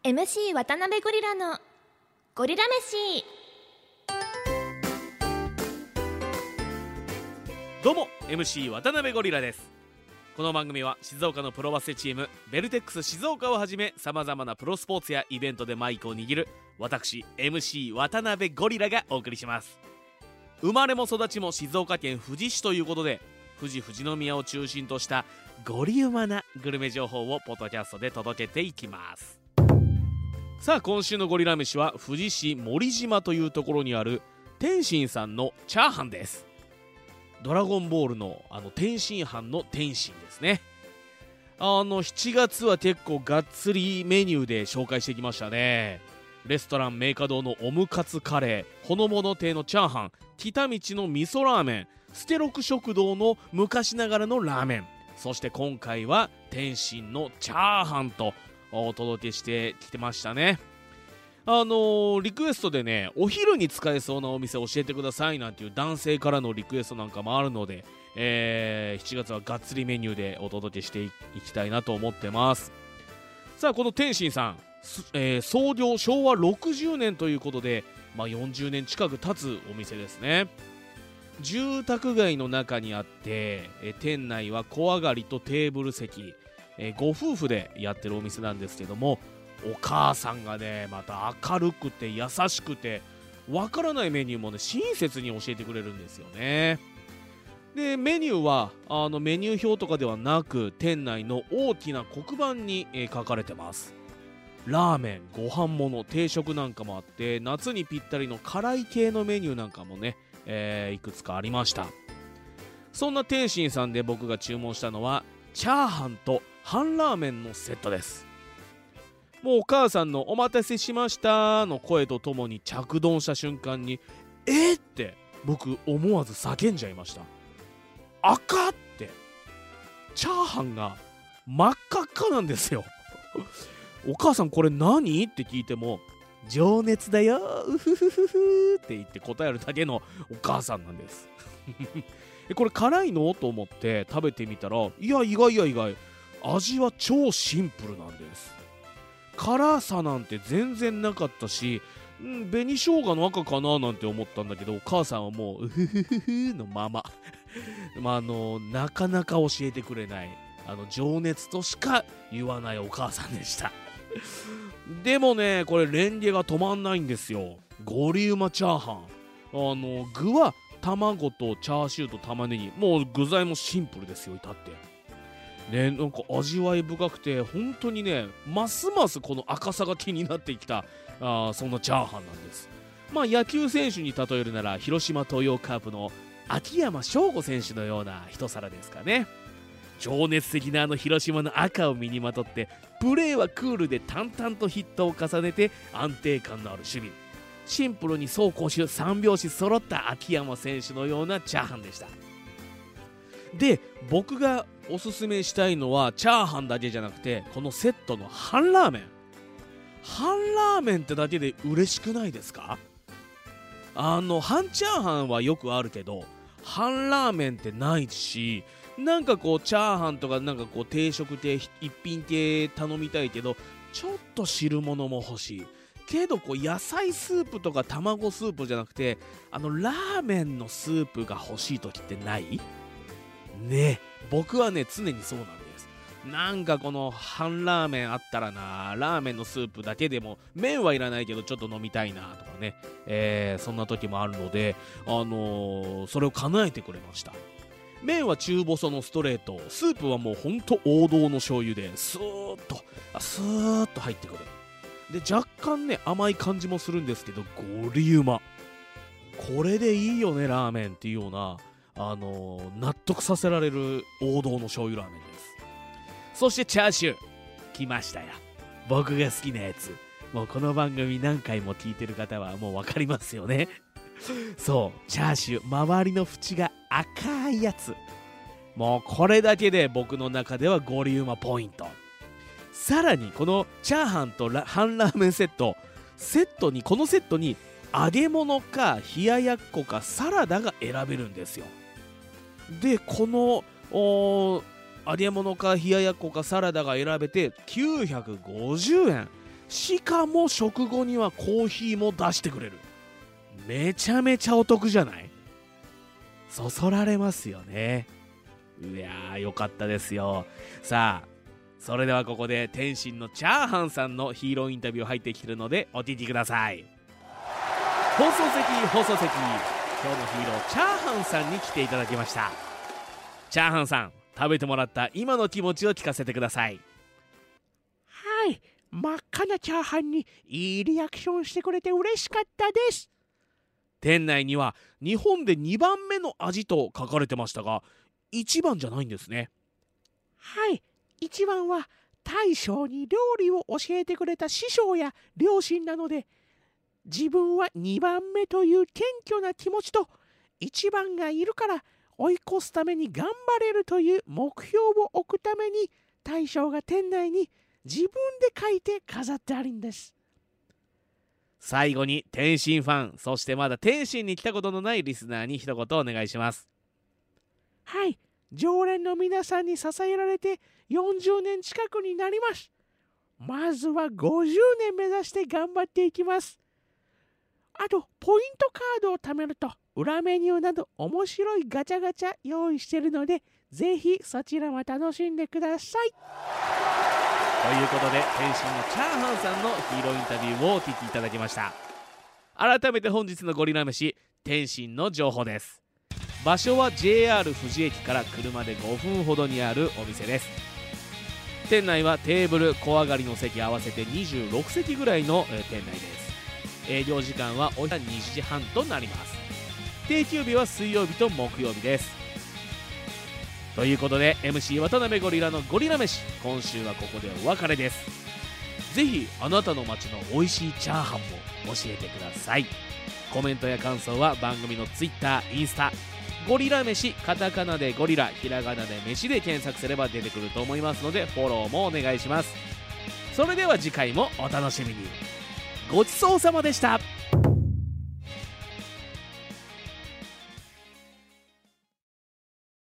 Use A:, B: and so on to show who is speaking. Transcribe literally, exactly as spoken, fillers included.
A: エムシー 渡辺ゴリラのゴリラ飯。
B: どうも エムシー 渡辺ゴリラです。この番組は静岡のプロバスケチームベルテックス静岡をはじめさまざまなプロスポーツやイベントでマイクを握る私 エムシー 渡辺ゴリラがお送りします。生まれも育ちも静岡県富士市ということで、富士富士宮を中心としたゴリウマなグルメ情報をポッドキャストで届けていきます。さあ、今週のゴリラ飯は富士市森島というところにある天津さんのチャーハンです。ドラゴンボールのあの天津飯の天津ですね。あのしちがつは結構がっつりメニューで紹介してきましたね。レストランメーカ堂のオムカツカレー、ほのぼの亭のチャーハン、北道の味噌ラーメン、ステロク食堂の昔ながらのラーメン、そして今回は天津のチャーハンとお届けしてきてましたね。あのー、リクエストでね、お昼に使えそうなお店教えてくださいなんていう男性からのリクエストなんかもあるので、えー、しちがつはがっつりメニューでお届けしていきたいなと思ってます。さあ、この天津さん、えー、創業しょうわろくじゅうねんということで、まあ、よんじゅうねん近く経つお店ですね。住宅街の中にあって、えー、店内は小上がりとテーブル席、えー、ご夫婦でやってるお店なんですけども、お母さんがねまた明るくて優しくて、わからないメニューもね親切に教えてくれるんですよね。でメニューはあのメニュー表とかではなく、店内の大きな黒板に、えー、書かれてます。ラーメン、ご飯物、定食なんかもあって、夏にぴったりの辛い系のメニューなんかもね、えー、いくつかありました。そんな天津さんで僕が注文したのはチャーハンと半ラーメンのセットです。もうお母さんのお待たせしましたの声とともに着丼した瞬間に、えーって僕思わず叫んじゃいました。赤って、チャーハンが真っ赤っかなんですよ。お母さんこれ何って聞いても、情熱だようふふふふって言って答えるだけのお母さんなんです。これ辛いのと思って食べてみたら、いや意外や意外、味は超シンプルなんです。辛さなんて全然なかったし、ん紅生姜の赤かななんて思ったんだけど、お母さんはもううふふふふのまままあ、あのなかなか教えてくれない、あの情熱としか言わないお母さんでした。でもね、これレンゲが止まんないんですよ。ゴリウマチャーハン、あの具は卵とチャーシューと玉ねぎ、もう具材もシンプルですよ、至ってね。なんか味わい深くて、本当にねますますこの赤さが気になってきた、あそんなチャーハンなんです。まあ野球選手に例えるなら広島東洋カープの秋山翔吾選手のような一皿ですかね。情熱的なあの広島の赤を身にまとって、プレーはクールで淡々とヒットを重ねて安定感のある守備、シンプルに走攻守三拍子揃った秋山選手のようなチャーハンでした。で僕がおすすめしたいのはチャーハンだけじゃなくて、このセットの半ラーメン。半ラーメンってだけで嬉しくないですか？あの半チャーハンはよくあるけど、半ラーメンってないし、なんかこうチャーハンとかなんかこう定食系一品系頼みたいけど、ちょっと汁物も欲しいけど、こう野菜スープとか卵スープじゃなくて、あのラーメンのスープが欲しい時ってないね。僕はね常にそうなんです。なんかこの半ラーメンあったらな、ラーメンのスープだけでも、麺はいらないけどちょっと飲みたいなとかね、えー、そんな時もあるので、あのー、それを叶えてくれました。麺は中細のストレート、スープはもうほんと王道の醤油でスーッとスーッと入ってくる。で若干ね甘い感じもするんですけど、ゴリウマ、これでいいよねラーメンっていうような、あのー、納得させられる王道の醤油ラーメンです。そしてチャーシュー来ましたよ、僕が好きなやつ。もうこの番組何回も聞いてる方はもう分かりますよね。そうチャーシュー、周りの縁が赤いやつ、もうこれだけで僕の中ではゴリウマポイント。さらにこのチャーハンと半ラーメンセットセットにこのセットに揚げ物か冷ややっこかサラダが選べるんですよ。でこの揚げ物か冷ややっこかサラダが選べてきゅうひゃくごじゅうえん、 しかも食後にはコーヒーも出してくれる。めちゃめちゃお得じゃない？そそられますよね。いやーよかったですよ。さあそれではここで天心のチャーハンさんのヒーローインタビュー入ってきてるのでお聞きください。放送席放送席、今日のヒーローチャーハンさんに来ていただきました。チャーハンさん、食べてもらった今の気持ちを聞かせてください。
C: はい、真っ赤なチャーハンにいいリアクションしてくれて嬉しかったです。
B: 店内には日本でにばんめの味と書かれてましたが、いちばんじゃないんですね。
C: はい、いちばんは大将に料理を教えてくれた師匠や両親なので、自分はにばんめという謙虚な気持ちと、いちばんがいるから追い越すために頑張れるという目標を置くために、大将が店内に自分で書いて飾ってあるんです。
B: 最後に天心ファン、そしてまだ天心に来たことのないリスナーに一言お願いします。
C: はい、常連の皆さんに支えられてよんじゅうねん近くになります。まずはごじゅうねん目指して頑張っていきます。あとポイントカードを貯めると裏メニューなど面白いガチャガチャ用意しているので、ぜひそちらも楽しんでください。
B: ということで天心のチャーハンさんのヒーローインタビューをお聞きいただきました。改めて本日のゴリラ飯天心の情報です。場所は ジェイアール 富士駅から車でごふんほどにあるお店です。店内はテーブル小上がりの席合わせてにじゅうろくせきぐらいの店内です。営業時間はお昼にじはんとなります。定休日は水曜日と木曜日です。ということで エムシー 渡辺ゴリラのゴリラ飯、今週はここでお別れです。ぜひあなたの街の美味しいチャーハンも教えてください。コメントや感想は番組の Twitter、インスタ、ゴリラ飯、カタカナでゴリラ、ひらがなで飯で検索すれば出てくると思いますので、フォローもお願いします。それでは次回もお楽しみに。ごちそうさまでした。